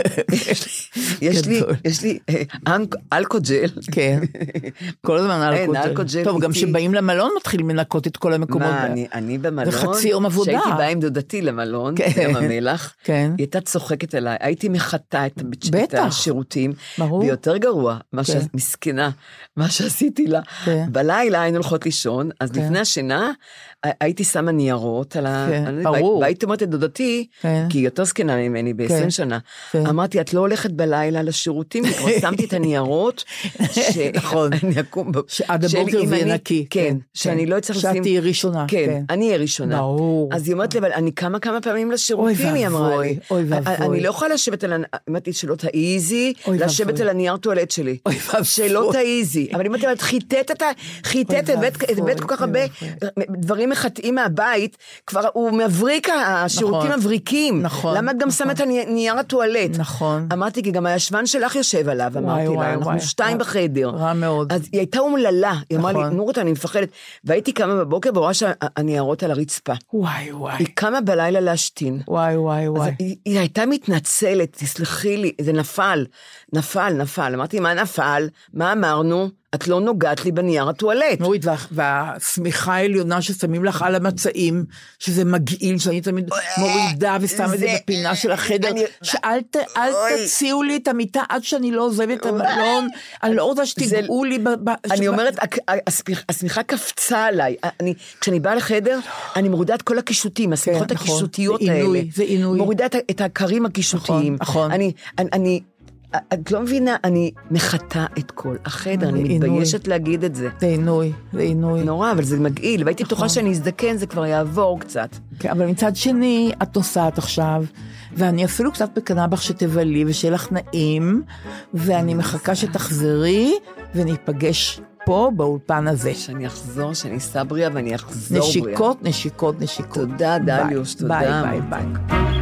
יש לי, יש לי אלכוג'ל. כן, כל הזמן אלכוג'ל. טוב, גם שבאים למלון מתחילים לנקות את כל המקומות. מה, אני במלון, זה חצי יום עבודה. שהייתי באה עם דודתי למלון, גם המלח, היא הייתה צוחקת אליי, הייתי מחתה את השירותים, ויותר גרוע, מסכנה, מה שעשיתי לה, בלילה היינו הולכות לישון, אז לפני השינה, הייתי שמה ניירות, והייתי אומרת את דודתי, כי היא יותר זקנה ממני ב-עשרים שנה, אמרתי, את לא הולכת בלילה לשירותים, כי כבר שמתי את הניירות, שאני אקום, שעד הבוקר זה נקי, כן, שאני לא אצטרך לשים, שאת תהיי ראשונה, כן, אני אהיה ראשונה, אז היא אומרת לי, אבל אני כמה כמה פעמים לשירותים, היא אמרה לי, אני לא יכולה לשבת על, אמרתי, שלא תאיזי, לשבת על הנייר טואלט שלי, שלא תאיזי, אבל אמרתי, את חיטט את, חיטט, הבאת כל כך הרבה דברים מחטאים מהבית, כבר הוא מבריק, השירותים מבריקים, למה את גם שמה את הנייר הטואלט? נכון. אמרתי, כי גם הישבן שלך יושב עליו, אמרתי לה, אנחנו שתיים בחדר. רע מאוד. אז היא הייתה אומללה, היא אמרה לי, נורת, אני מפחדת. והייתי קמה בבוקר, ורואה שהניירות על הרצפה. וואי, וואי. היא קמה בלילה להשתין. וואי, וואי, וואי. היא הייתה מתנצלת, תסלחי לי, זה נפל, נפל, נפל. אמרתי, מה נפל? מה אמרנו? את לא נוגעת לי בנייר הטואלט. נורית, והסמיכה העליונה ששמים לך על המצעים, שזה מגעיל, שאני תמיד מורידה ושם את זה בפינה של החדר, שאל תציעו לי את המיטה עד שאני לא עוזבת את המלון, אני לא רוצה שתיגעו לי. אני אומרת, הסמיכה קפצה עליי, כשאני באה לחדר, אני מורידה את כל הקישוטים, הסמיכות הקישותיות האלה, מורידה את הקרים הקישותיים. אני, אני, את לא מבינה, אני מחתה את כל החדר, אני מתביישת להגיד את זה. זה עינוי, זה עינוי. נורא, אבל זה מגעיל, והייתי בטוחה שאני אזדקן, זה כבר יעבור קצת. כן, אבל מצד שני, את נוסעת עכשיו, ואני אפילו קצת בקנה בך שתבלי, ושיהיה לך נעים, ואני מחכה שתחזרי, וניפגש פה באולפן הזה. שאני אחזור, שאני סבריה, ואני אחזור בריאה. נשיקות, נשיקות, נשיקות. תודה, דליוש, תודה. ביי, ביי, ביי.